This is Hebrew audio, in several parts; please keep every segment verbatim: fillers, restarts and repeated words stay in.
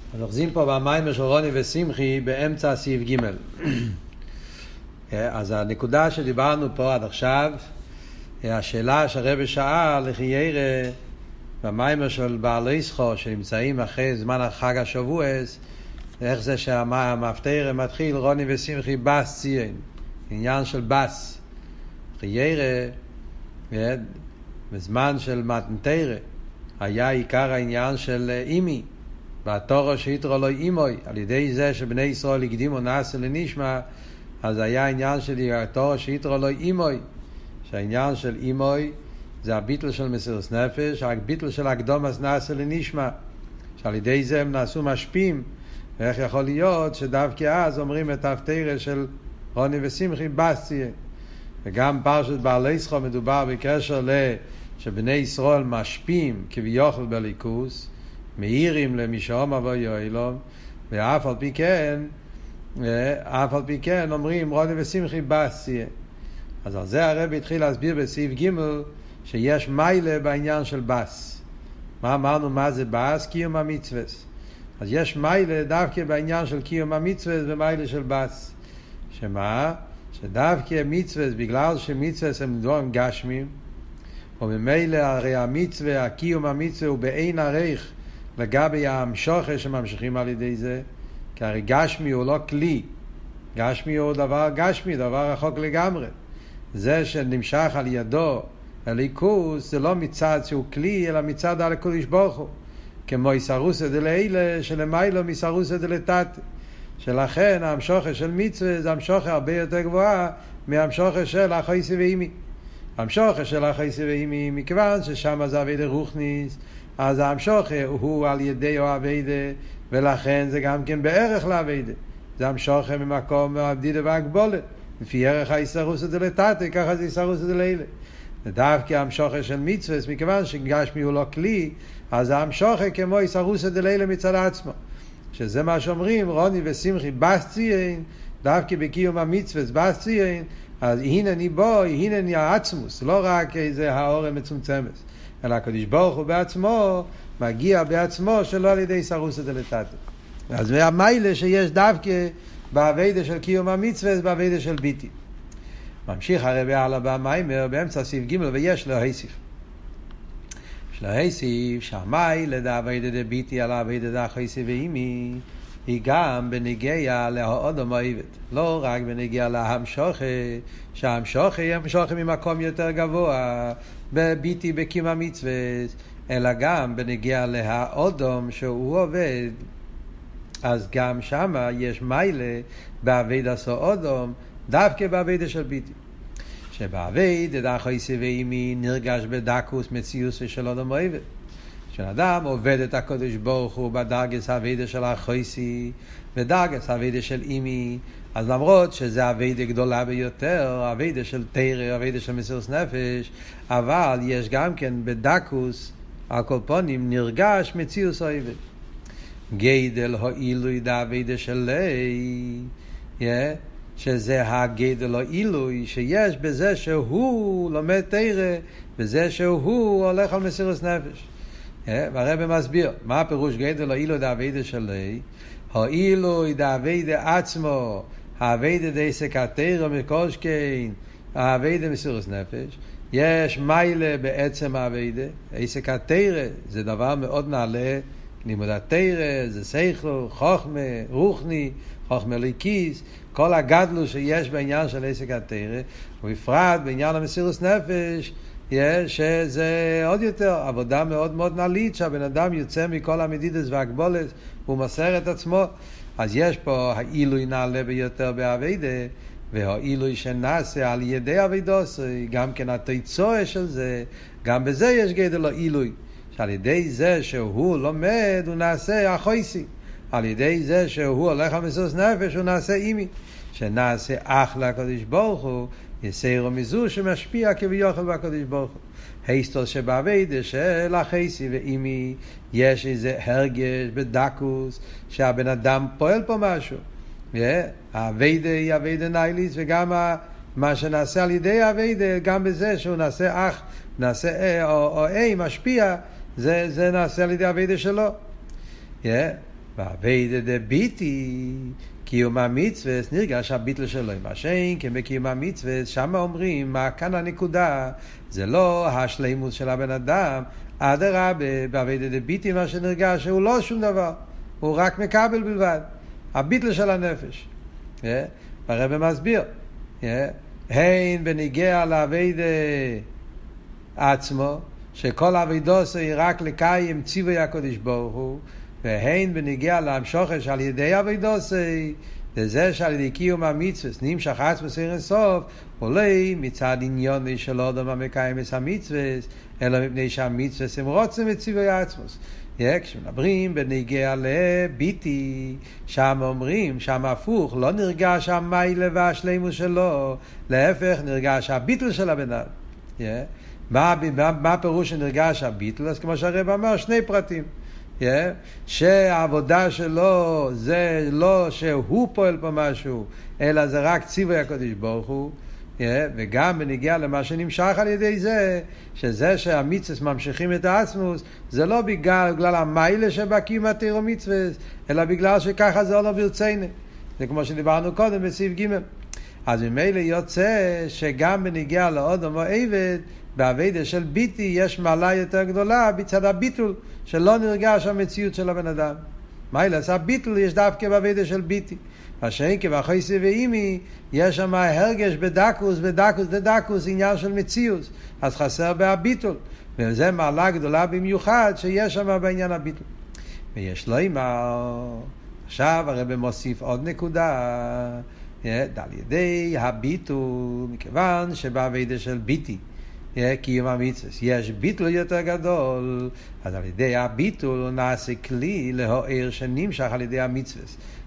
אז אוחזים פה במיימר של רוני ושמחי באמצע סעיף ג'. אז הנקודה שדיברנו פה עד עכשיו, השאלה שהרבא שאל, לכי ירא במיימר של בעלי סחו שנמצאים אחרי זמן החג השבועס, איך זה שהמפטר מתחיל רוני ושמחי בס ציין, עניין של בס. לכי ירא בזמן של מתנתרא היה עיקר העניין של אימי, והתורה שהתרו לו אימוי, על ידי זה שבני ישראל הקדימו נעשה לנשמה, אז היה העניין של התורה שהתרו לו אימוי, שהעניין של אימוי זה הביטל של מסירות נפש, הביטל של הקדומות נעשה לנשמה, שעל ידי זה הם נעשו משפיעים. ואיך יכול להיות שדווקא אז אומרים את ההפטרה של רוני ושמחי בסצייה. וגם פרשת בעלי סחו מדובר בקשר ל... שבני ישראל משפיעים כביכול בליכוס, מאירים למשום אבוי אילום, ואף על פי כן, אף על פי כן אומרים רוני ושמחי בסצייה. אז על זה הרב התחיל להסביר בסעיף ג' שיש מיילה בעניין של בס. מה אמרנו מה זה בס? קיום המצווס. אז יש מיילה דווקא בעניין של קיום המצווס ומיילה של בס. שמה? שדווקא מצווס, בגלל שמצווס הם דברים גשמים, וממילא הרי המצווה, הקיום המצווה הוא בעין ערך לגבי המשוכר שממשיכים על ידי זה, כי הרי גשמי הוא לא כלי, גשמי הוא דבר גשמי, דבר רחוק לגמרי. זה שנמשך על ידו הליכוס זה לא מצד שהוא כלי, אלא מצד על הקדוש ברוך הוא, כמו איסרוסא דלעילא שלמיילא מאיסרוסא דלתתא. שלכן המשוכר של מצווה זה המשוכר הרבה יותר גבוהה מהמשוכר של החייסי ואימי. המשוכר של החייסי ואימי, מכיוון ששם זה עבודה רוחניס, אז המשוכר הוא על ידי העבודה, ולכן זה גם כן בערך לעבודה. זה המשוכר ממקום הבדידה והגבולת, לפי ערך האיסרוסא דלתתא, ככה זה איסרוסא דלעילא. ודווקא המשוכר של מצווה, מכיוון שגשמי הוא לא כלי, אז המשוכר כמו איסרוסא דלעילא מצד עצמו. שזה מה שאומרים, רוני ושמחי בס ציין, דווקא בקיום המצווה בס ציין, אז הנה אני בו, הנה אני העצמוס, לא רק איזה האור המצומצמת, אלא הקדוש ברוך הוא בעצמו, מגיע בעצמו שלא על ידי איסרוסא דלתתא. אז המיילה שיש דווקא בעבודה של קיום המצווה, בעבודה של ביתי. ממשיך הרב הלאה במיימר באמצע סעיף ג' ויש לו היסיף. יש לו היסיף שהמיילה דעבודה דביתי על העבודה דחייסי ואימי, היא גם בנגיע להאדם האוהב, לא רק בנגיע להמשוכר, שהמשוכר היא המשוכר ממקום יותר גבוה בביתי בקיום המצווה, אלא גם בנגיע להאדם שהוא עובד. אז גם שמה יש מיילה בעבודה של אדם, דווקא בעבודה של ביתי. שבעבודה דחייסי ואימי נרגש בדקוס מציאוס של אדם אוהב. כשאדם עובד את הקדוש ברוך הוא בדרגס העבודה של החייסי ודרגס העבודה של אימי, אז למרות שזה עבודה גדולה ביותר, עבודה של תורה, עבודה של מסירות נפש, אבל יש גם כן בדקוס על כל פנים נרגש מציאוס אוהב. גדל העילוי דעבודה של לי, שזה הגדל העילוי שיש בזה שהוא לומד תורה, בזה שהוא הולך על מסירות נפש. והרב מסביר מה הפירוש גדל העילוי דעבודה של לי. העילוי דעבודה עצמו, העבודה דעסק התורה מקושקין, העבודה מסירות נפש. יש מיילה בעצם העבודה, עסק התורה זה דבר מאוד נעלה, לימוד התורה זה שכל, חוכמה, רוחני, חוכמה ליקיס, כל הגדלו שיש בעניין של עסק התורה, ובפרט בעניין המסירות נפש, יש שזה עוד יותר עבודה מאוד מאוד נעלית, שהבן אדם יוצא מכל המדידס והגבולת, הוא מסר את עצמו. אז יש פה העילוי נעלה ביותר בעבודה, והעילוי שנעשה על ידי עבודות, גם כן התוצאה של זה, גם בזה יש גדל העילוי, שעל ידי זה שהוא לומד הוא נעשה החייסי, על ידי זה שהוא הולך על מסירות נפש הוא נעשה אימי, שנעשה אח לקדוש ברוך הוא, יסיירו מזו שמשפיע כביכול בקדוש ברוך הוא. היסטור שבעבודה של החייסי ואימי יש איזה הרגש בדקוס שהבן אדם פועל פה משהו. העבודה היא עבודה ניילית, וגם מה שנעשה על ידי העבודה, גם בזה שהוא נעשה אח, נעשה או, או אי משפיע, זה, זה נעשה על ידי העבודה שלו. ועבד דביטי, קיום המצווה, נרגש הביטל שלו עם השם, כי בקיום המצווה, שם אומרים, מה כאן הנקודה, זה לא השלימות של הבן אדם, אדרבה, בעבד דביטי, מה שנרגש, הוא לא שום דבר, הוא רק מקבל בלבד, הביטל של הנפש. הרב מסביר, הן בניגע לעבד עצמו, שכל עבודתו היא רק לקיים ציווי הקדוש ברוך הוא, והן בניגע להמשוכש על ידי עבודתו, וזה שעל ידי קיום המצווה נמשך עצמו אין סוף, עולה מצד עניוני של אדם המקיים את המצווה, אלא מפני שהמצווה הם רוצים את ציווי עצמוס. כשמדברים בניגע לביטי, שם אומרים, שם הפוך, לא נרגש המיילה והשלימות שלו, להפך נרגש הביטל של הבן אדם. Yeah. מה, מה, מה הפירוש שנרגש הביטל? אז כמו שהרב אמר, שני פרטים. Yeah. שהעבודה שלו זה לא שהוא פועל פה משהו, אלא זה רק ציווי הקדוש ברוך הוא. Yeah. וגם בניגיע למה שנמשך על ידי זה, שזה שהמצווה ממשיכים את העצמוס, זה לא בגלל, בגלל המיילה שבקים התירו מצווה, אלא בגלל שככה זה לא ברצינו. זה כמו שדיברנו קודם בסעיף ג'. אז ממילא יוצא שגם בניגיע לאדם או עבד, בעבודה של ביטי יש מעלה יותר גדולה בצד הביטול, שלא נרגש המציאות של הבן אדם. מילא, אז הביטול יש דווקא בעבודה של ביטי. השאין כבחויסי ואימי, יש שם הרגש בדקוס, בדקוס, בדקוס, עניין של מציאות. אז חסר בהביטול. וזה מעלה גדולה במיוחד שיש שם בעניין הביטול. ויש לו אימא, עכשיו הרב מוסיף עוד נקודה, על ידי הביטול, מכיוון שבעבודה של ביטי, קיום המצווה, יש ביטול יותר גדול, אז על ידי הביטול נעשה כלי להוער שנמשך על ידי המצווה.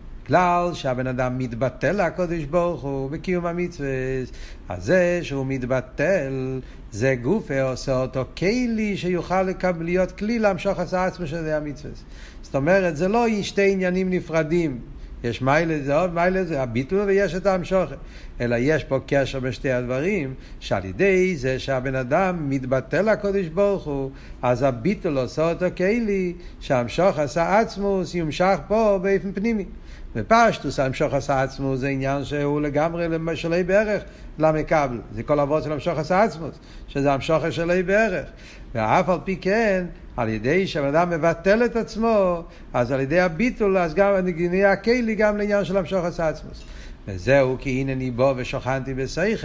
כלל שהבן אדם מתבטל לקדוש ברוך הוא בקיום המצווה, אז זה שהוא מתבטל, זה גוף עושה אותו כלי שיוכל לקבל, להיות כלי להמשוך עשה עצמו של המצווה. זאת אומרת, זה לא שתי עניינים נפרדים, יש מיילה זה עוד מיילה זה הביטול ויש את ההמשוך, אלא יש פה קשר בשתי הדברים, שעל ידי זה שהבן אדם מתבטל לקדוש ברוך הוא, אז הביטול עושה אותו כלי שהמשוך עשה עצמו ימשך פה באופן פנימי. ופשטוס המשוך עשה עצמו זה עניין שהוא לגמרי שלי בערך למקבל, זה כל עבוד של המשוך עשה עצמו, שזה המשוך שלי בערך. ואף על פי כן, על ידי שהאדם מבטל את עצמו, אז על ידי הביטול, אז גם נהיה הכלי גם לעניין של המשוך עשה עצמו. וזהו כי הנני בו ושוכנתי בסייכך,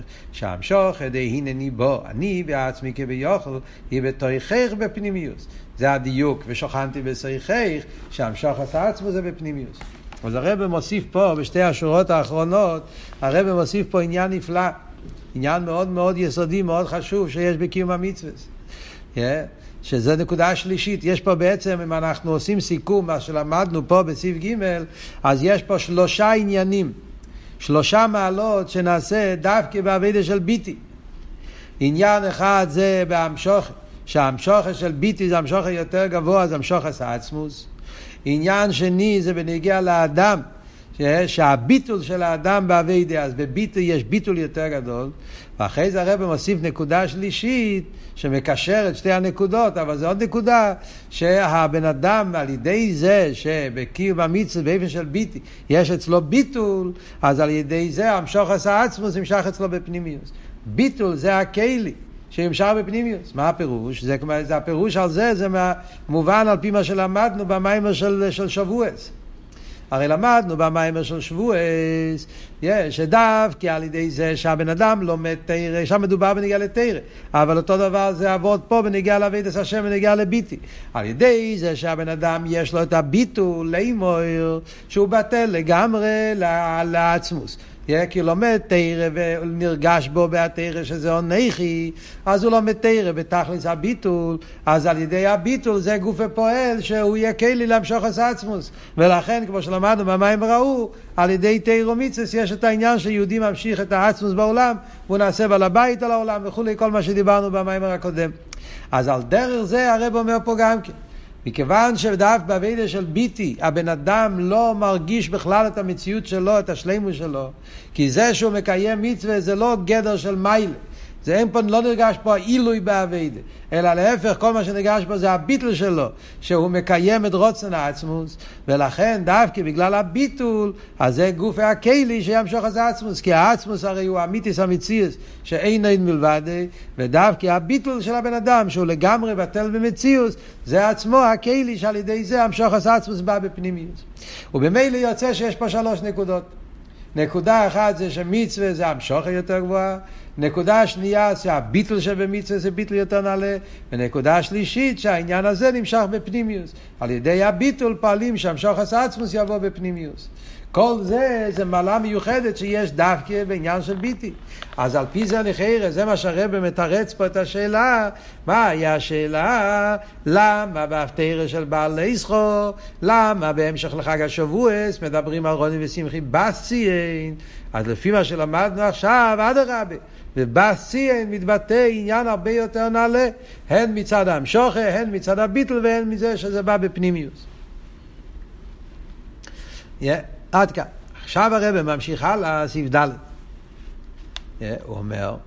שהמשוך ידי הנני בו, אני בעצמי כביוכל, היא בתויכך בפנימיוס. זה הדיוק, ושוכנתי בסייכך, שהמשוך עשה עצמו זה בפנימיוס. אז הרב מוסיף פה, בשתי השורות האחרונות, הרב מוסיף פה עניין נפלא, עניין מאוד מאוד יסודי, מאוד חשוב, שיש בקיום המצווה. Yeah. שזה נקודה שלישית. יש פה בעצם, אם אנחנו עושים סיכום, מה שלמדנו פה בסעיף ג', אז יש פה שלושה עניינים, שלושה מעלות שנעשה דווקא בעבודה של ביטי. עניין אחד זה בהמשוך, שהמשוך של ביטי זה המשוך יותר גבוה, זה המשוך העצמוס. עניין שני זה בנגיע לאדם, שהביטול של האדם בעבודה, אז בביטול יש ביטול יותר גדול, ואחרי זה הרב מוסיף נקודה שלישית שמקשר את שתי הנקודות, אבל זו עוד נקודה שהבן אדם על ידי זה שבקיום המצווה באופן של ביטי יש אצלו ביטול, אז על ידי זה המשוך עשה עצמוס ימשך אצלו בפנימיוס. ביטול זה הכלי שימשך בפנימיוס. מה הפירוש? זה, זה הפירוש על זה, זה מובן על פי מה שלמדנו במיימר של, של שבועס. הרי למדנו במיימר של שבועס, שדווקא על ידי זה שהבן אדם לומד תורה, שם מדובר בנגיעה לתורה, אבל אותו דבר זה עבוד פה בנגיעה לעבודת השם בנגיעה לביטי. על ידי זה שהבן אדם יש לו את הביטול לאמור, שהוא בטל לגמרי לעצמוס. כי הוא לומד תורה ונרגש בו בתורה שזה עונכי, אז הוא לומד תורה בתכלס הביטול, אז על ידי הביטול זה גוף הפועל שהוא יהיה כלי להמשוך עשה עצמוס. ולכן כמו שלמדנו במיימר ההוא, על ידי תורה ומצוות יש את העניין שיהודי ממשיך את העצמוס בעולם, והוא נעשה בעל הבית על העולם וכו', כל מה שדיברנו במיימר הקודם. אז על דרך זה הרב אומר פה גם כן, מכיוון שדווקא בעבודה של ביטי הבן אדם לא מרגיש בכלל את המציאות שלו, את השלמות שלו, כי זה שהוא מקיים מצווה זה לא גדר של מיילה, זה אין פה, לא נרגש פה אילוי בעבודה, אלא להפך, כל מה שנרגש פה זה הביטול שלו, שהוא מקיים את רוצן העצמוס, ולכן דווקא בגלל הביטול, אז זה גוף הכלי שימשוך את העצמוס, כי העצמוס הרי הוא אמיתיס המציאס, שאין אין מלבד, ודווקא הביטול של הבן אדם, שהוא לגמרי בטל במציאוס, זה עצמו הכלי שעל ידי זה המשוך את העצמוס בא בפנימיות. ובמילא יוצא שיש פה שלוש נקודות. נקודה אחת זה שמצווה זה המשוך יותר גבוהה, נקודה שנייה שהביטל שבמצווה זה ביטל יותר נעלה, ונקודה שלישית שהעניין הזה נמשך בפנימיוס. על ידי הביטל פעלים שהמשוך עצמוס יבוא בפנימיוס. כל זה זה מעלה מיוחדת שיש דווקא בעניין של ביטי. אז על פי זה לכאורה, זה מה שהרב מתרץ פה את השאלה, מה היה השאלה? למה בהפטרה של בעל איסחו, למה בהמשך לחג השבועס מדברים על רוני ושמחי בסציין? אז לפי מה שלמדנו עכשיו, עד הרבה, ובסציין מתבטא עניין הרבה יותר נעלה, הן מצד המשוכה, הן מצד הביטל, והן מזה שזה בא בפנימיוס. yeah. עד כאן. עכשיו הרב ממשיך הלאה, סעיף ד'. הוא אומר,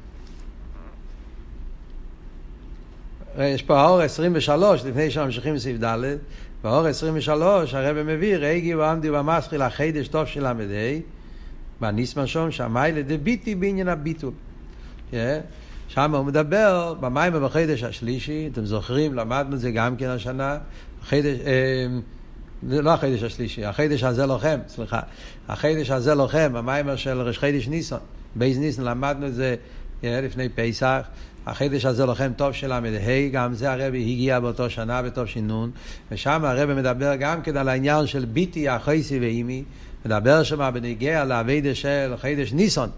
יש פה האור עשרים ושלוש, לפני שממשיכים לסעיף ד', באור עשרים ושלוש הרב מביא, ראגי ועמדי במסחיל החידש טוב של המדי, בניסמן שום שמי לדביטי בעניין הביטול. שם הוא מדבר, במים ובחידש השלישי, אתם זוכרים, למדנו את זה גם כן השנה, חידש... זה לא החידש השלישי, החידש הזה לוחם, סליחה, החידש הזה לוחם, המיימר של ראש חידש ניסון, בייז ניסון, למדנו את זה לפני פסח, החידש הזה לוחם טוב של המדהי, גם זה הרבי הגיע באותו שנה, בתוב שינון, ושם הרבי מדבר גם כן על העניין של ביטי, החייסי ואימי, מדבר שם בנגיע לעבודה של חידש ניסון,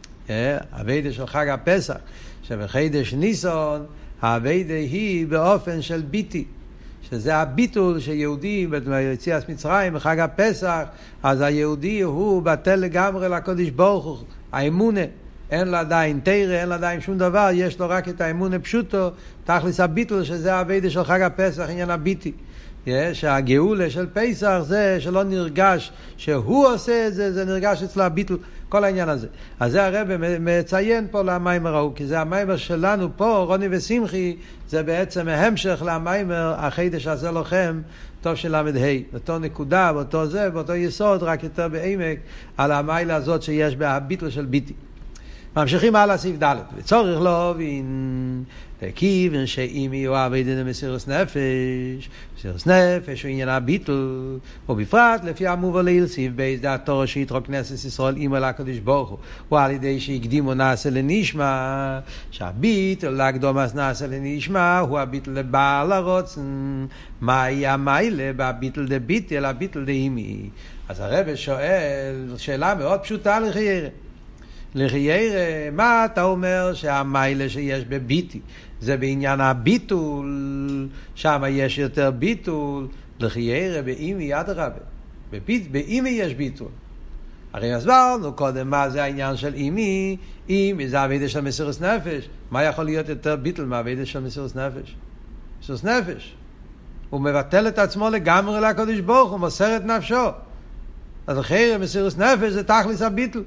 העבודה של חג הפסח, שבחידש ניסון, העבודה היא באופן של ביטי, שזה הביטול שיהודי ביציאת מצרים בחג הפסח, אז היהודי הוא בטל לגמרי לקודש ברוך הוא, האמונה, אין לה עדיין תירה, אין לה עדיין שום דבר, יש לו רק את האמונה פשוטו, תכלס הביטול שזה העבודה של חג הפסח, עניין הביטי. שהגאולה של פסח זה שלא נרגש שהוא עושה את זה, זה נרגש אצלו הביטול, כל העניין הזה. אז זה הרב מציין פה למיימר ההוא, כי זה המיימר שלנו פה, רוני ושמחי, זה בעצם ההמשך למיימר, החידש הזה לוחם, טוב של למד-ה', אותו נקודה, באותו זה, באותו יסוד, רק יותר בעמק, על המיילה הזאת שיש בהביטול של ביטי. ממשיכים הלאה סעיף ד' וצורך להבין כיוון שאם יהיו עבודת מסירות נפש, מסירות נפש הוא עניין הביטול, ובפרט לפי המובן לעיל סעיף בייס דעתו שיתרו כנסת ישראל אימו לקדוש ברוך הוא, ועל ידי שהקדימו נעשה לנשמה, שהביטול להקדומס נעשה לנשמה הוא הביטול לבעל הרוצן. מהי המיילה בביטול דביטי אלא ביטול דאימי? אז הרב שואל שאלה מאוד פשוטה לחיירה, לחיירה, מה אתה אומר שהמיילה שיש בביטי זה בעניין הביטול, שם יש יותר ביטול, לחיירה באימי יד רבה, באימי יש ביטול. הרי הסברנו קודם מה זה העניין של אימי, אימי זה עבודה של מסירות נפש, מה יכול להיות יותר ביטול מהעבודה של מסירות נפש? מסירות נפש, הוא מבטל את עצמו לגמרי לקדוש ברוך הוא, מוסר את נפשו, אז לחיירה מסירות נפש זה תכלס הביטול.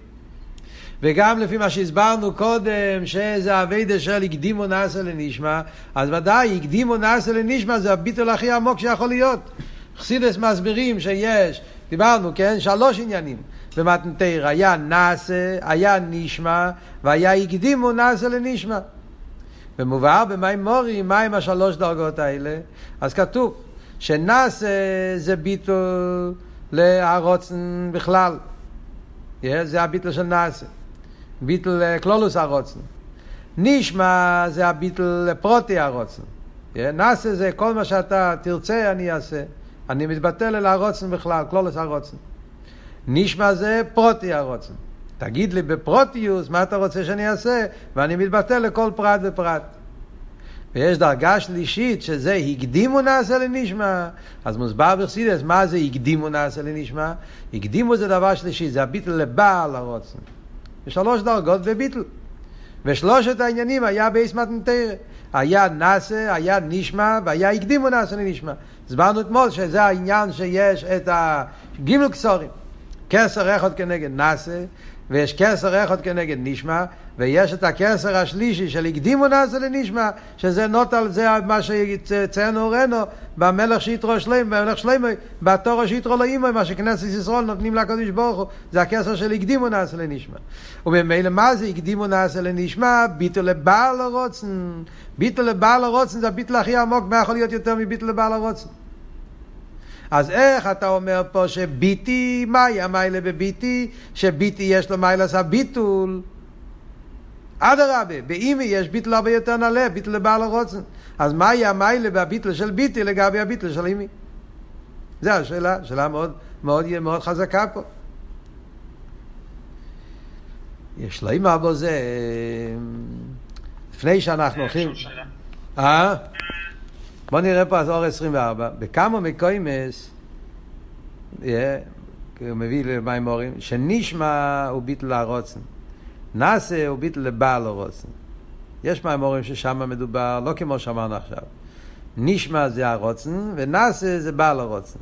וגם לפי מה שהסברנו קודם, שזה עבודה של הקדימו נעשה לנשמה, אז ודאי, הקדימו נעשה לנשמה זה הביטול הכי עמוק שיכול להיות. חסידס מסבירים שיש, דיברנו, כן, שלוש עניינים. במתנתר היה נעשה, היה נשמה, והיה הקדימו נעשה לנשמה. ומובהר במימורים, מה עם השלוש דרגות האלה? אז כתוב, שנעשה זה ביטול להרוצן בכלל. זה הביטול של נעשה. ביטל כלולוס הרוצן. נשמה זה הביטל פרוטי הרוצן. נעשה זה כל מה שאתה תרצה אני אעשה. אני מתבטל אל הרוצן בכלל, כלולוס הרוצן. נשמה זה פרוטי הרוצן. תגיד לי בפרוטיוס מה אתה רוצה שאני אעשה, ואני מתבטל לכל פרט ופרט. ויש דרגה שלישית שזה הקדימו נעשה לנשמה. אז מוסבר בחסידות מה זה הקדימו נעשה לנשמה? הקדימו זה דבר שלישי, זה הביטל לבעל הרוצן. ושלוש דרגות בביטל. ושלושת העניינים היה בייס מתנתר. היה נעשה, היה נשמה, והיה הקדימו נעשה לנשמה. הסברנו אתמול שזה העניין שיש את הגימל קסורים. כסר אחד כנגד נעשה, ויש כסר אחד כנגד נשמה, ויש את הכסר השלישי של הקדימו נעשה לנשמה, שזה נוטל, זה מה שציין אורנו במלך שיתרו שלם, במלך שלם, בתורה שיתרו לאימו, מה שכנסת ישראל נותנים לקדוש ברוך הוא, זה הכסר של הקדימו נעשה לנשמה. וממילא מה זה הקדימו נעשה לנשמה? ביטול לבעל הרוצן. ביטול לבעל הרוצן זה הביטול הכי עמוק, מה יכול להיות יותר מביטול לבעל הרוצן? אז איך אתה אומר פה שביטי, מהי המיילה בביטי? שביטי יש לו מיילה עשה ביטול. אדרבה, באימי יש ביטול הרבה יותר נעלה, ביטול לבעל הרוצן. אז מהי המיילה בביטול של ביטי לגבי הביטול של אימי? זו השאלה, שאלה מאוד, מאוד, מאוד חזקה פה. יש לו אימא בו זה, לפני שאנחנו הולכים... אה? בוא נראה פה אז אור עשרים וארבע. בכמה מקוימס, הוא מביא למימורים, שנשמע הוא ביטל הרוצן, נעשה הוא ביטל לבעל הרוצן. יש מימורים ששם מדובר, לא כמו שאמרנו עכשיו. נשמע זה הרוצן, ונעשה זה בעל הרוצן.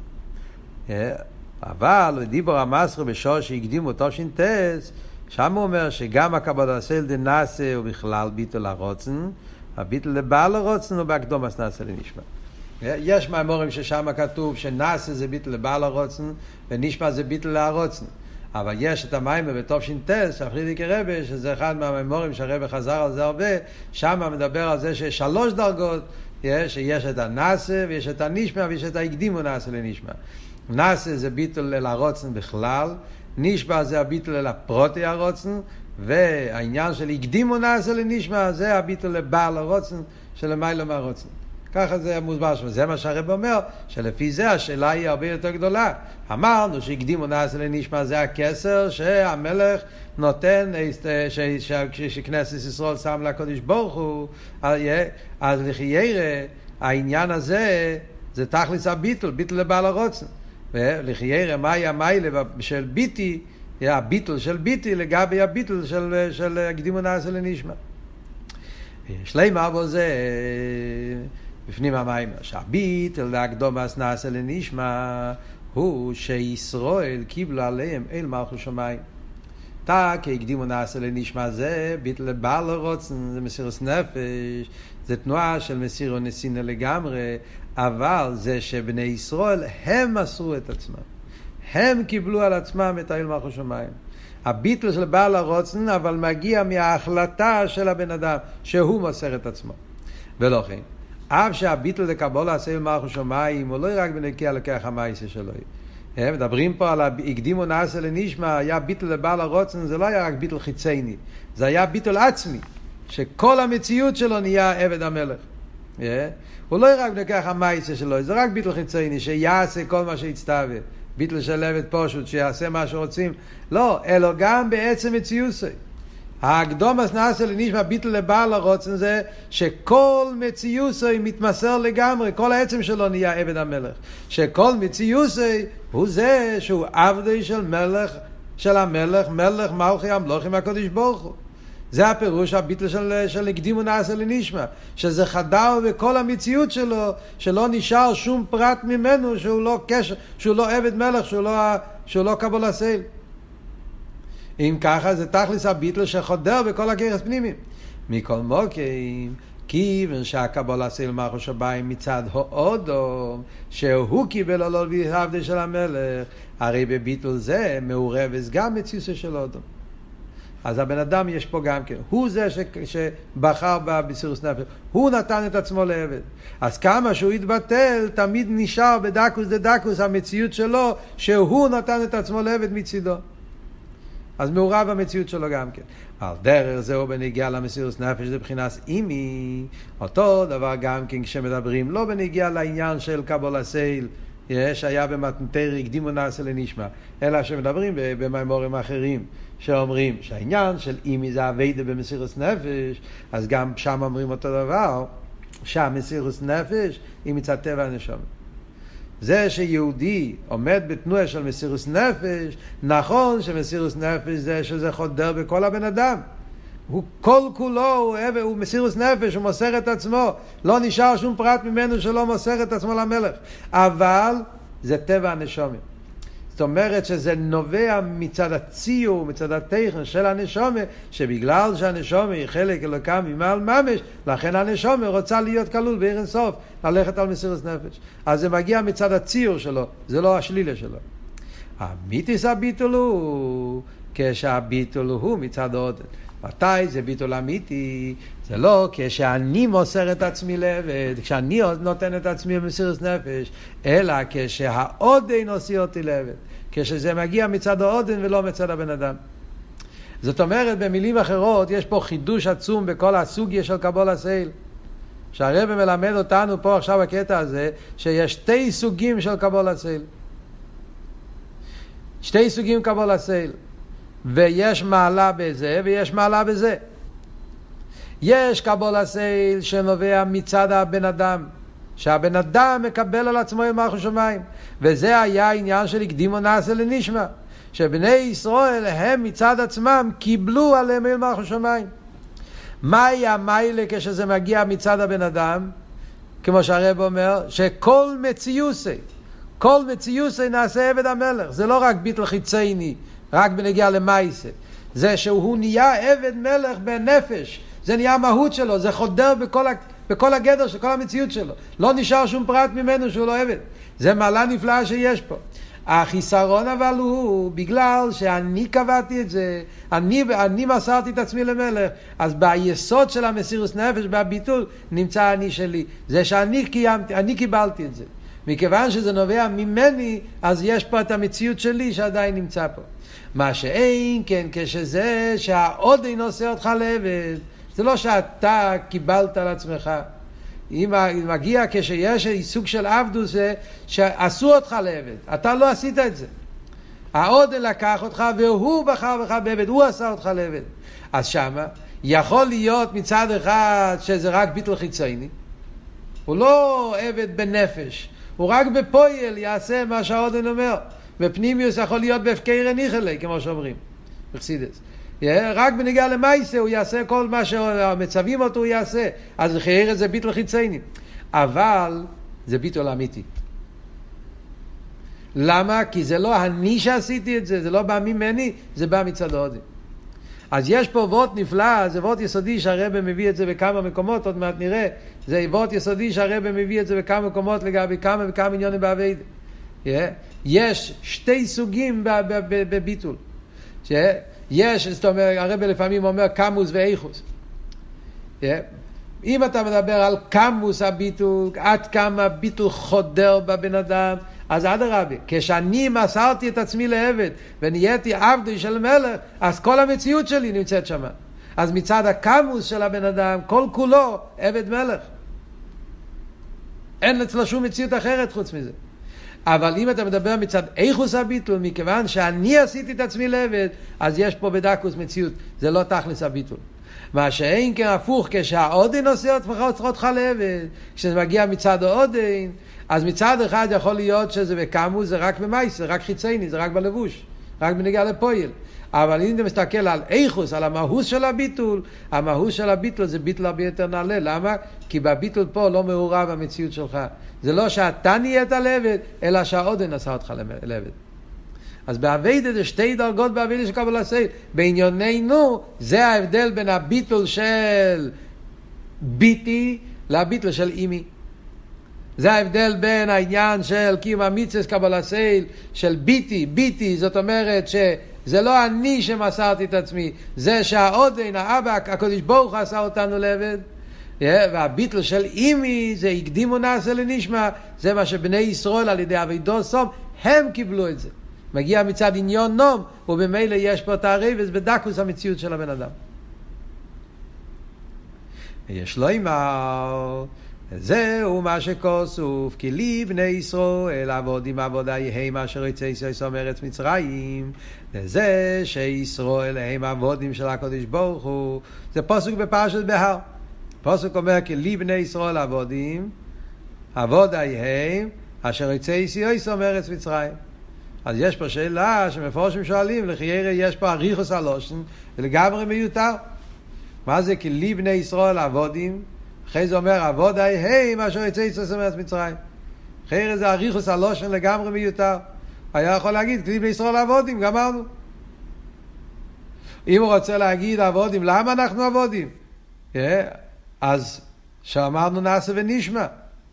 אבל דיבור המסחר בשור שהקדימו אותו שינטס, שם הוא אומר שגם הקבלה סייל דנעשה הוא בכלל ביטל הרוצן, הביטל לבעל הרוצן הוא בהקדומס נעשה לנשמע. יש מאמרים ששם כתוב שנעשה זה ביטל לבעל הרוצן ונשמע זה ביטל להרוצן. אבל יש את המים בטוב שינטס, שהפרידיק הרבה, שזה אחד מהמאמרים שהרבה חזר על זה הרבה, שם מדבר על זה שיש שלוש דרגות, יש, שיש את הנעשה ויש את הנשמע ויש את ההקדימו נעשה לנשמע. נעשה זה ביטל להרוצן בכלל, נשמע זה הביטל לפרוטי הרוצן, והעניין של הקדימו נעשה לנשמע זה הביטל לבעל הרוצן שלמיילו מהרוצן. ככה זה מוסבר שם. זה מה שהרב אומר, שלפי זה השאלה היא הרבה יותר גדולה. אמרנו שהקדימו נעשה לנשמע זה הכסר שהמלך נותן, שכנסת ישראל שם לקדוש ברוך הוא, אז לחיירה העניין הזה זה תכלס הביטל, ביטל לבעל הרוצן. ולחיירה מהי המיילה של ביטי, הביטל של ביטי לגבי הביטל של, של הקדימו נעשה לנשמע. שלמה בו זה בפנים המים, שהביטל להקדומס נעשה לנשמע הוא שישראל קיבלו עליהם אל מלכות שמיים. תא כהקדימו נעשה לנשמע זה ביטל לבעל הרוצן, זה מסירות נפש, זה תנועה של מסירות נסינה לגמרי, אבל זה שבני ישראל הם מסרו את עצמם, הם קיבלו על עצמם את האל מלכות שמיים. הביטל של בעל הרוצן אבל מגיע מההחלטה של הבן אדם שהוא מוסר את עצמו. ולכן אף שהביטל לקבול עשה אל מלכות שמיים הוא לא רק בנקי על לקח המייסה שלו. הם מדברים פה על הקדימו נעשה לנשמע, היה ביטל לבעל הרוצן, זה לא היה רק ביטל חיצייני, זה היה ביטל עצמי, שכל המציאות שלו נהיה עבד המלך. Yeah. הוא לא רק בנקח המייסה שלו, זה רק ביטל חיצייני, שיעשה כל מה שהצטווה. ביטל של עבד פשוט, שיעשה מה שרוצים. לא, אלא גם בעצם מציוסי. ההקדומס נעשה לנשמע ביטל לבעל הרוצן זה שכל מציוסי מתמסר לגמרי, כל העצם שלו נהיה עבד המלך. שכל מציוסי הוא זה שהוא עבדי של מלך, של המלך, מלך מלכי המלוכים הקדוש ברוך הוא. זה הפירוש הביטל של, של הקדימו נעשה לנשמע, שזה חדר בכל המציאות שלו, שלא נשאר שום פרט ממנו, שהוא לא קשר, שהוא לא עבד מלך, שהוא לא, שהוא לא קבול הסייל. אם ככה זה תכלס הביטל שחודר בכל הכיחס פנימיים. מכל מוקים, כיוון שהקבול הסייל מלכות שמיים מצד הודו, שהוא קיבל עולו ועבדי של המלך, הרי בביטל זה מעורבת גם מציוסו של הודו. אז הבן אדם יש פה גם כן, הוא זה ש... שבחר במסירות נפש, הוא נתן את עצמו לעבד. אז כמה שהוא יתבטל, תמיד נשאר בדקוס דדקוס המציאות שלו, שהוא נתן את עצמו לעבד מצידו. אז מעורב המציאות שלו גם כן. על דרך זהו בנגיע למסירות נפש, זה בחינת אימי, אותו דבר גם כן כשמדברים, לא בנגיע לעניין של קבול הסייל, שהיה במתנתר הקדימו נעשה לנשמע, אלא שמדברים במאמרים אחרים, שאומרים שהעניין של אימי זה עבודה במסירות נפש, אז גם שם אומרים אותו דבר, שהמסירות נפש היא מצד טבע הנשמה. זה שיהודי עומד בתנועה של מסירות נפש, נכון שמסירות נפש זה שזה חודר בכל הבן אדם. הוא כל כולו, הוא, הוא מסירות נפש, הוא מוסר את עצמו. לא נשאר שום פרט ממנו שלא מוסר את עצמו למלך. אבל זה טבע הנשמה. זאת אומרת שזה נובע מצד הציור, מצד הטכן של הנשומה, שבגלל שהנשומה היא חלק אלוקה ממעל ממש, לכן הנשומה רוצה להיות כלול בעיר אין סוף, ללכת על מסירות נפש. אז זה מגיע מצד הציור שלו, זה לא השלילה שלו. המיתיס הביטול הוא, כשהביטול הוא מצד העודן. מתי זה ביטול אמיתי? זה לא כשאני מוסר את עצמי לעבד, כשאני נותן את עצמי במסירות נפש, אלא כשהעודן עושה אותי לעבד, כשזה מגיע מצד העודן ולא מצד הבן אדם. זאת אומרת, במילים אחרות, יש פה חידוש עצום בכל הסוגיה של קבלה סייל. שהרב מלמד אותנו פה עכשיו בקטע הזה, שיש שתי סוגים של קבלה סייל. שתי סוגים קבלה סייל. ויש מעלה בזה ויש מעלה בזה. יש קבלה סייל שנובע מצד הבן אדם, שהבן אדם מקבל על עצמו מלכות שמיים, וזה היה העניין של הקדימו נעשה לנשמה, שבני ישראל הם מצד עצמם קיבלו עליהם מלכות שמיים. מהי המיילה כשזה מגיע מצד הבן אדם? כמו שהרב אומר, שכל מציוסי כל מציוסי נעשה עבד המלך. זה לא רק ביטל חיצייני, רק בנגיע למייסה, זה שהוא נהיה עבד מלך בנפש, זה נהיה מהות שלו, זה חודר בכל, בכל הגדר של כל המציאות שלו, לא נשאר שום פרט ממנו שהוא לא עבד. זה מעלה נפלאה שיש פה. החיסרון אבל הוא בגלל שאני קבעתי את זה, אני, אני מסרתי את עצמי למלך, אז ביסוד של המסירות נפש, בביטול, נמצא אני שלי, זה שאני קיימתי, אני קיבלתי את זה. מכיוון שזה נובע ממני, אז יש פה את המציאות שלי שעדיין נמצא פה. מה שאין כן כשזה שהעודן עושה אותך לעבד, זה לא שאתה קיבלת על עצמך. אם מגיע כשיש סוג של עבדות, זה שעשו אותך לעבד, אתה לא עשית את זה. העודן לקח אותך והוא בחר בך בעבד, הוא עשה אותך לעבד. אז שמה יכול להיות מצד אחד שזה רק ביטל חיצייני, הוא לא עבד בנפש, הוא רק בפועל יעשה מה שהעודן אומר. בפנימיוס יכול להיות בהפקר ניחלה, כמו שאומרים בחסידות. רק בנגיעה למייסה הוא יעשה כל מה שמצווים אותו הוא יעשה. אז חייר זה ביטל חיצייני, אבל זה ביטל אמיתי. למה? כי זה לא אני שעשיתי את זה, זה לא בא ממני, זה בא מצד העודן. אז יש פה וורט נפלא, זה וורט יסודי שהרבא מביא את זה בכמה מקומות, עוד מעט נראה. זה וורט יסודי שהרבא מביא את זה בכמה מקומות לגבי כמה וכמה עניונים בעבד. Yeah. יש שתי סוגים בביטול. יש, זאת אומרת, הרבא לפעמים אומר קמוס ואיכוס. Yeah. אם אתה מדבר על קמוס הביטול, עד כמה ביטול חודר בבן אדם, אז עד הרבי, כשאני מסרתי את עצמי לעבד ונהייתי עבדו של מלך, אז כל המציאות שלי נמצאת שם. אז מצד הקמוס של הבן אדם, כל כולו עבד מלך. אין אצלו שום מציאות אחרת חוץ מזה. אבל אם אתה מדבר מצד איכוס הביטול, מכיוון שאני עשיתי את עצמי לעבד, אז יש פה בדקוס מציאות, זה לא תכלס הביטול. מה שאין כן הפוך, כשהעודן עושה אותך לעבד, כשזה מגיע מצד העודן, אז מצד אחד יכול להיות שזה בקמוס, זה רק במייס, זה רק חיצייני, זה רק בלבוש, רק בנגיעה לפועל. אבל אם אתה מסתכל על איכוס, על המהות של הביטול, המהות של הביטול זה ביטול הרבה יותר נעלה. למה? כי בביטול פה לא מעורב המציאות שלך. זה לא שאתה נהיית לעבד, אלא שהעודן עשה אותך לעבד. אז בעבד זה שתי דרגות בעבד של קבלה סייל. בענייננו זה ההבדל בין הביטול של ביטי לביטול של אימי. זה ההבדל בין העניין של קיום המצוות קבלה סייל של ביטי. ביטי זאת אומרת שזה לא אני שמסרתי את עצמי, זה שהעודן, האבא, הקדוש ברוך עשה אותנו לעבד. והביטל של אימי זה הקדימו נעשה לנשמה, זה מה שבני ישראל על ידי עבודו סום הם קיבלו את זה. מגיע מצד עניון נום, ובמילא יש פה תערב בדקוס המציאות של הבן אדם. יש לו אמר, זהו מה שכוסוף, כי לי בני ישראל עבוד עם עבודה יהם אשר יצא ישראל מארץ מצרים, וזה שישראל הם עבודים של הקדוש ברוך הוא. זה פסוק בפרשת בהר. פסוק אומר כי לי בני ישראל עבודים עבודה יהם אשר יצא ישראל מארץ מצרים. אז יש פה שאלה שמפורשים שואלים, לחיירה יש פה אריכוס הלושן ולגמרי מיותר. מה זה כי לי בני ישראל עבודים? אחרי זה אומר עבודה יהם אשר יצא ישראל מארץ מצרים. חיירה זה אריכוס הלושן לגמרי מיותר. היה יכול להגיד, כלי בני ישראל עבודים, גמרנו. אם הוא רוצה להגיד עבודים, למה אנחנו עבודים? אז שאמרנו נעשה ונשמע.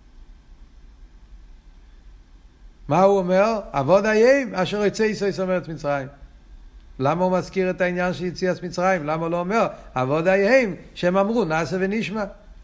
מה הוא אומר? עבוד איים אשר יצא ישראל מארץ מצרים. למה הוא מזכיר את העניין של יציאת מצרים? למה הוא לא אומר עבוד איים שהם אמרו נעשה ונשמע?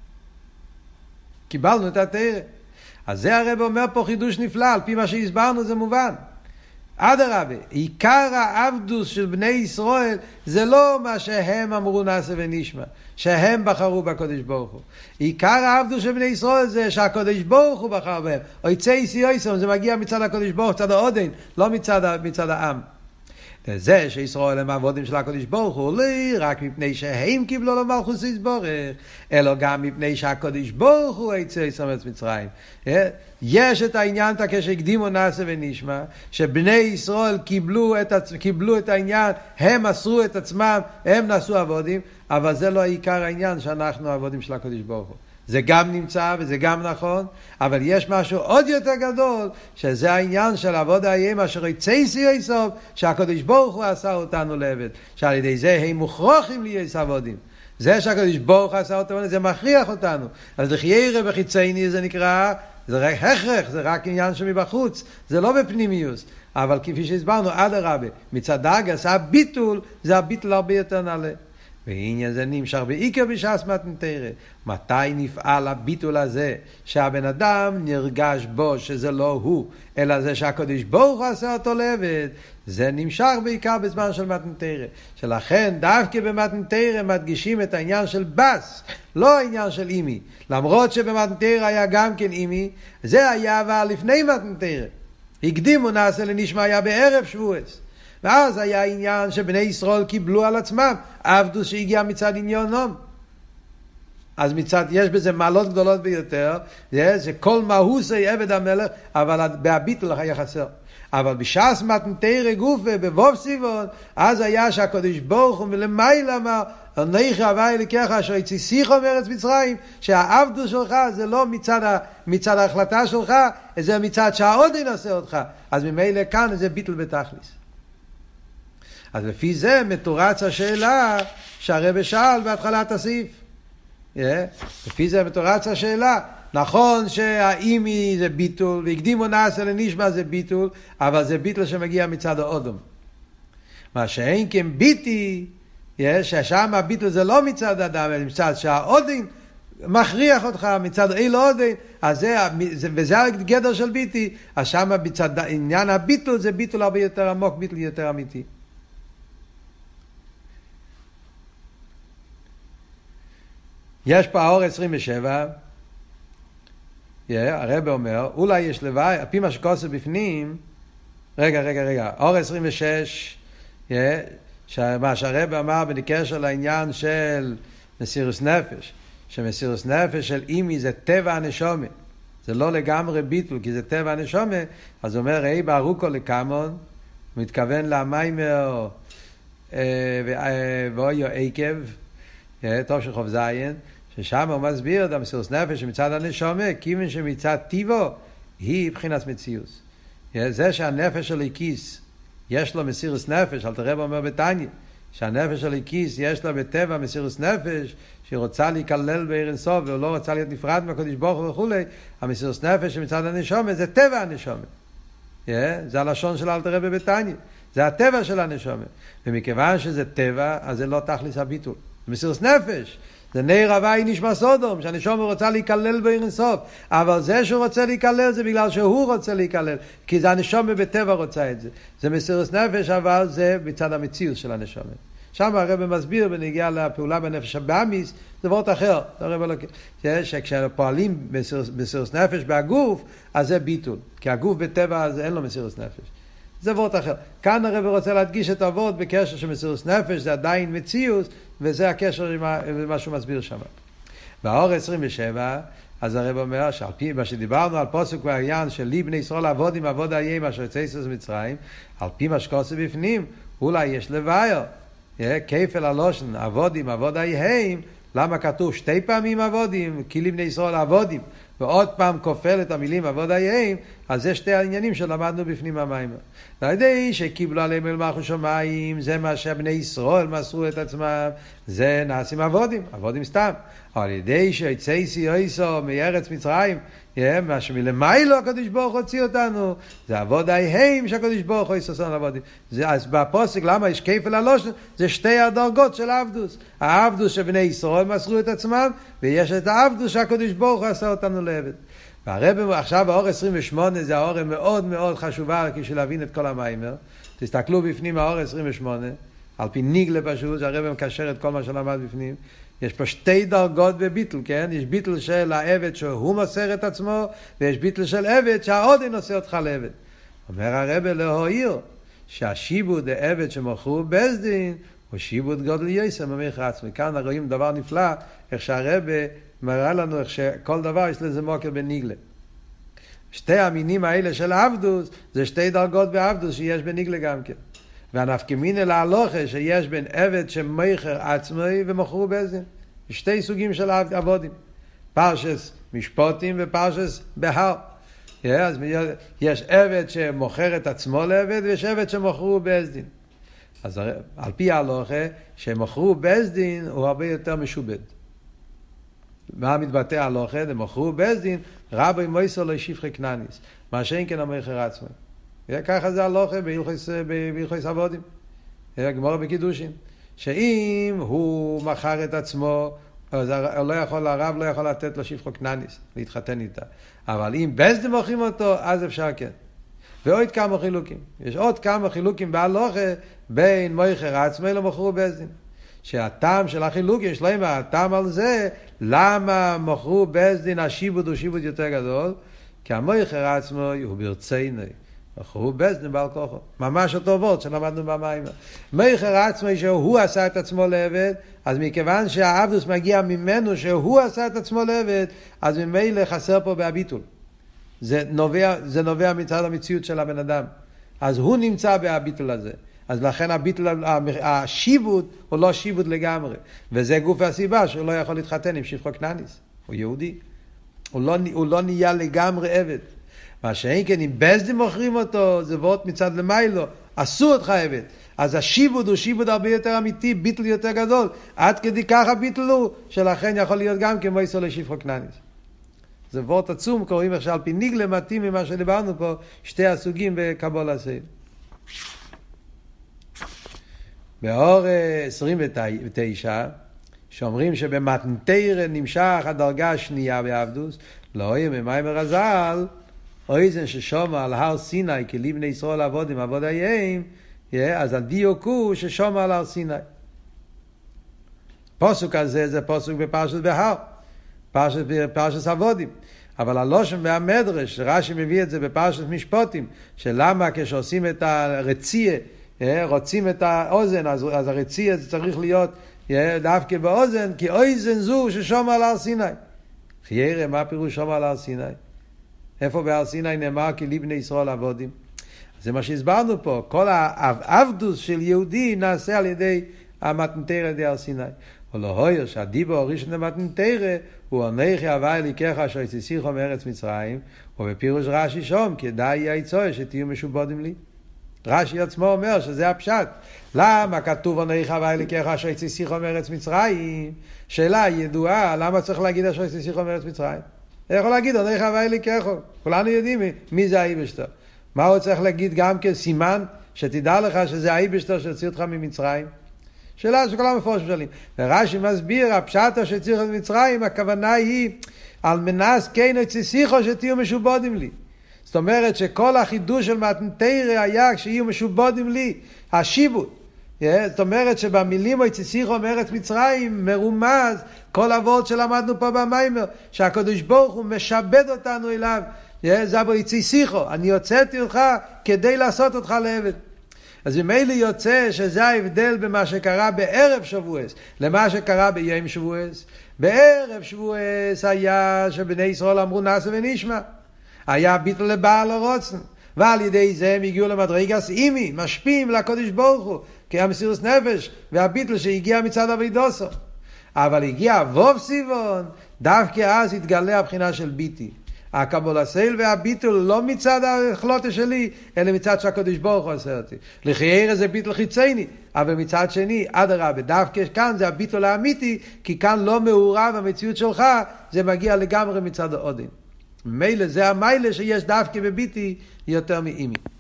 קיבלנו את התורה. אז זה הרב אומר פה חידוש נפלא, על פי מה שהסברנו זה מובן. אדרבה, עיקר העבדוס של בני ישראל זה לא מה שהם אמרו נעשה ונשמע, שהם בחרו בקדוש ברוך הוא. עיקר העבדוס של בני ישראל זה שהקדוש ברוך הוא בחר בהם. או יצא איסי יויסום, זה מגיע מצד הקדוש ברוך הוא, מצד העודן, לא מצד, מצד העם. זה שישראל הם העבודים של הקדוש ברוך הוא, לא רק מפני שהם קיבלו לו מלכות יתברך, אלא גם מפני שהקדוש ברוך הוא יצא ישראל מארץ מצרים. יש את העניין כשהקדימו נעשה ונשמע, שבני ישראל קיבלו את, קיבלו את העניין, הם מסרו את עצמם, הם נעשו עבודים, אבל זה לא העיקר העניין שאנחנו העבודים של הקדוש ברוך הוא. זה גם נמצא וזה גם נכון, אבל יש משהו עוד יותר גדול, שזה העניין של עבוד האיים אשר יצא ישראל, שהקדוש ברוך הוא עשה אותנו לעבד, שעל ידי זה הם מוכרחים להיות עבודים. זה שהקדוש ברוך הוא עשה אותנו, זה מכריח אותנו. אז לחיירה בחיצייני זה נקרא, זה רק הכרח, זה רק עניין שמבחוץ, זה לא בפנימיוס. אבל כפי שהסברנו, אדרבה, מצד הגס, הביטול, זה הביטול הרבה יותר נעלה. והעניין זה נמשך בעיקר בשעת מתן תורה. מתי נפעל הביטול הזה שהבן אדם נרגש בו שזה לא הוא, אלא זה שהקדוש ברוך הוא עשה אותו לעבד? זה נמשך בעיקר בזמן של מתן תורה. שלכן דווקא במתן תורה מדגישים את העניין של בס, לא העניין של אימי. למרות שבמתן תורה היה גם כן אימי, זה היה אבל לפני מתן תורה. הקדימו נעשה לנשמע היה בערב שבועס. ואז היה עניין שבני ישראל קיבלו על עצמם עבדוס שהגיע מצד עניונם. אז מצד, יש בזה מעלות גדולות ביותר, זה, זה כל מהוסי עבד המלך, אבל בהביטול היה חסר. אבל בשעס מתן תורה גופה, בבוב סיבון, אז היה שהקדוש ברוך הוא מלמעלה אמר, אנכי הווי אלוקיך אשר הוציאך מארץ מצרים, שהעבדות שלך זה לא מצד, ה, מצד ההחלטה שלך, זה מצד שהעודן עושה אותך. אז ממילא כאן זה ביטול בתכליס. אז לפי זה מתורץ השאלה שהרבא שאל בהתחלת הסעיף. Yeah. לפי זה מתורץ השאלה. נכון שהאימי זה ביטול, והקדימו נעשה לנשמע זה ביטול, אבל זה ביטול שמגיע מצד האודום. מה שאין כן ביטי, yeah, ששם הביטול זה לא מצד האדם, אלא מצד שהאודן מכריח אותך מצד אילו אודן, אז זה, וזה הגדר של ביטי, אז שם מצד עניין הביטול זה ביטול הרבה יותר עמוק, ביטול יותר אמיתי. יש פה האור עשרים ושבע, yeah, הרב אומר, אולי יש לוואי, הפי מה שכוסף בפנים, רגע, רגע, רגע, אור עשרים ושש, yeah, מה שהרב אמר בקשר לעניין של מסירוס נפש, שמסירוס נפש של אימי זה טבע הנשומה, זה לא לגמרי ביטול, כי זה טבע הנשומה, אז הוא אומר, ראי בארוכו לקמון, הוא מתכוון למיימר, ואויו עקב, טוב של חוב זיין, ששם הוא מסביר את המסירות נפש שמצד הנשומה, כיוון שמצד טיבו, היא בחינת מציאוס. זה שהנפש של הכיס, יש לו מסירות נפש, אל תראה אומר בתניא, שהנפש של הכיס יש לו בטבע מסירות נפש, שהיא רוצה להיכלל בעיר אין סוף, והוא לא רוצה להיות נפרד מהקדוש ברוך הוא וכו', המסירות נפש שמצד הנשומה, זה טבע הנשומה. זה הלשון של אל תראה בתניא. זה הטבע של הנשומה. ומכיוון שזה טבע, אז זה לא תכליס הביטול. מסירות נפש. זה נר הווי נשמע סודום, שהנשום רוצה להיכלל בעיר אין סוף. אבל זה שהוא רוצה להיכלל זה בגלל שהוא רוצה להיכלל. כי זה הנשום בטבע רוצה את זה. זה מסירות נפש, אבל זה מצד המציאות של הנשום. שם הרב מסביר בנגיע לפעולה בנפש הבאמיס, זה וורט אחר. שכשפועלים מסירות נפש בהגוף, אז זה ביטול. כי הגוף בטבע אז אין לו מסירות נפש. זה וורט אחר. כאן הרב רוצה להדגיש את הוורט בקשר של מסירות נפש, זה עדיין מציאות, וזה הקשר עם מה שהוא מסביר שם. באור עשרים ושבע, אז הרב אומר, שעל פי מה שדיברנו על פסוק והעניין של לי בני ישראל עבוד עם עבוד איים אשר יצא ישראל מצרים, על פי מה שכוסף בפנים, אולי יש לבייר, כפל הלושן, עבוד עם עבוד איים, למה כתוב שתי פעמים עבודים, כי לי בני ישראל עבודים, ועוד פעם כופל את המילים עבוד איים, אז זה שתי העניינים שלמדנו בפנים המים. על ידי שקיבלו עליהם אל מלכות שמיים, זה מה שבני ישראל מסרו את עצמם, זה נעשים עבודים, עבודים סתם. על ידי שיצאי אויסו מארץ מצרים, מה שמלמיילו הקדוש ברוך הוציא אותנו, זה עבוד היהם שהקדוש ברוך הוא יסוסון עבודים. אז בפוסק למה יש כפל הלושן, זה שתי הדרגות של העבדוס. העבדוס שבני ישראל מסרו את עצמם, ויש את העבדוס שהקדוש ברוך הוא עשה אותנו לעבד. והרב עכשיו האור עשרים ושמונה זה האור מאוד מאוד חשובה בשביל להבין את כל המיימר. תסתכלו בפנים האור עשרים ושמונה, על פי ניגלה פשוט, שהרב מקשר את כל מה שלמד בפנים. יש פה שתי דרגות בביטל, כן? יש ביטל של העבד שהוא מוסר את עצמו, ויש ביטל של עבד שהעודן עושה אותך לעבד. אומר הרב להועיר, שהשיבוד העבד שמוכרו בסדין, הוא שיבוד גודל יסר ממך עצמי. כאן רואים דבר נפלא, איך שהרב מראה לנו איך שכל דבר יש לזה מוקר בניגלה. שתי המינים האלה של עבדוס, זה שתי דרגות בעבדוס שיש בניגלה גם כן. והנפקמינה להלוכה שיש בין עבד שמוכר עצמי ומוכרו בסדין. שתי סוגים של עבודים. פרשס משפוטים ופרשס בהר. אז יש עבד שמוכר את עצמו לעבד, ויש עבד שמוכרו בסדין. אז על פי ההלוכה, שמוכרו בסדין הוא הרבה יותר משובד. מה מתבטא ההלוכה? דמוכרו בסדין, רבי מויסר לא ישיבחי כנניס. מה שאין כן המוכר עצמי. ככה זה ההלוכה בהלכות עבודים. גמרא בקידושין. שאם הוא מכר את עצמו, אז לא יכול, הרב לא יכול לתת לו שבחו כנניס, להתחתן איתה. אבל אם בסדין מוכרים אותו, אז אפשר כן. ועוד כמה חילוקים. יש עוד כמה חילוקים בהלוכה בין מוכר עצמי למוכרו בסדין. שהטעם של החילוק יש להם הטעם על זה, למה מוכרו בסדין השיבוד הוא שיבוד יותר גדול? כי המוכר עצמו הוא ברצינו. מוכרו בסדין בעל כוחו. ממש אותו וורט שלמדנו במים. מוכר עצמו שהוא עשה את עצמו לעבד, אז מכיוון שהעבדוס מגיע ממנו שהוא עשה את עצמו לעבד, אז ממילא חסר פה בהביטול. זה נובע, זה נובע מצד המציאות של הבן אדם. אז הוא נמצא בהביטול הזה. אז לכן הביטול, השיבוד הוא לא שיבוד לגמרי. וזה גוף הסיבה שהוא לא יכול להתחתן עם שבחו כנניס. הוא יהודי. הוא לא, הוא לא נהיה לגמרי עבד. מה שאין כן, אם בסדין מוכרים אותו, זה וורט מצד למיילו, עשו אותך עבד. אז השיבוד הוא שיבוד הרבה יותר אמיתי, ביטל יותר גדול. עד כדי ככה ביטל הוא, שלכן יכול להיות גם כמו יסו לשבחו כנניס. זה וורט עצום, קוראים איך שעל פי ניגלה מתאים ממה שדיברנו פה, שתי הסוגים בקבול הסייל. באור עשרים ותשע, שאומרים שבמתנתר נמשך הדרגה השנייה בעבדוס, לא יהיה ממיימר הזל, אויזן ששומע על הר סיני, כי לבני ישראל עבודים עבוד איים, אז הדיוק הוא ששומע על הר סיני. פסוק הזה זה פסוק בפרשת בהר, פרשת, פרשת עבודים. אבל הלושן והמדרש, רש"י מביא את זה בפרשת משפטים, שלמה כשעושים את הרצייה, רוצים את האוזן, אז, אז הרצייה זה צריך להיות דווקא באוזן, כי אוזן זו ששומע על הר סיני. חיירה, מה פירוש שומע על הר סיני? איפה בהר סיני נאמר כי לבני ישראל עבודים? זה מה שהסברנו פה, כל העבדוס של יהודי נעשה על ידי המתנתר על ידי הר סיני. ולא הויר שהדיבור הראשון למתנתר הוא אנכי הווי אלוקיך אשר הוציאך מארץ מצרים, ובפירוש רש"י שום כדאי יעצור שתהיו משובדים לי. רש"י עצמו אומר שזה הפשט. למה כתוב אנכי הווי אלוקיך אשר הוציאך מארץ מצרים? שאלה ידועה, למה צריך להגיד אשר הוציאך מארץ מצרים? יכול להגיד אנכי הווי אלוקיך, כולנו יודעים מי זה האיבשטר. מה הוא צריך להגיד גם כסימן שתדע לך שזה האיבשטר שהוציא אותך ממצרים? שאלה שכולם מפורשים שואלים. ורש"י מסביר, הפשט שהוציא אותך ממצרים, הכוונה היא על מנס כן הוציאך שתהיו משובדים לי. זאת אומרת שכל החידוש של מתנתר היה כשיהיו משובדים לי, השיבוד. זאת אומרת שבמילים הוציאך מארץ מצרים מרומז כל הוורד שלמדנו פה במיימר, שהקדוש ברוך הוא משבד אותנו אליו. זה בו הוציאך, אני הוצאתי אותך כדי לעשות אותך לעבד. אז ממילא יוצא שזה ההבדל במה שקרה בערב שבועס למה שקרה ביום שבועס. בערב שבועס היה שבני ישראל אמרו נעשה ונשמע, היה ביטל לבעל הרוצן, ועל ידי זה הם הגיעו למדרגס אימי, משפיעים לקדוש ברוך הוא, כי המסירות נפש והביטל שהגיע מצד אבידוסו. אבל הגיע ווב סיבון, דווקא אז התגלה הבחינה של ביטי. הקבול הסייל והביטול לא מצד ההחלטה שלי, אלא מצד שהקדוש ברוך הוא עושה אותי. לחייר זה ביטול חיצייני, אבל מצד שני, אדרבה, דווקא כאן זה הביטול האמיתי, כי כאן לא מעורב המציאות שלך, זה מגיע לגמרי מצד העודן. מילא זה המיילה שיש דווקא בביטי יותר מאימי.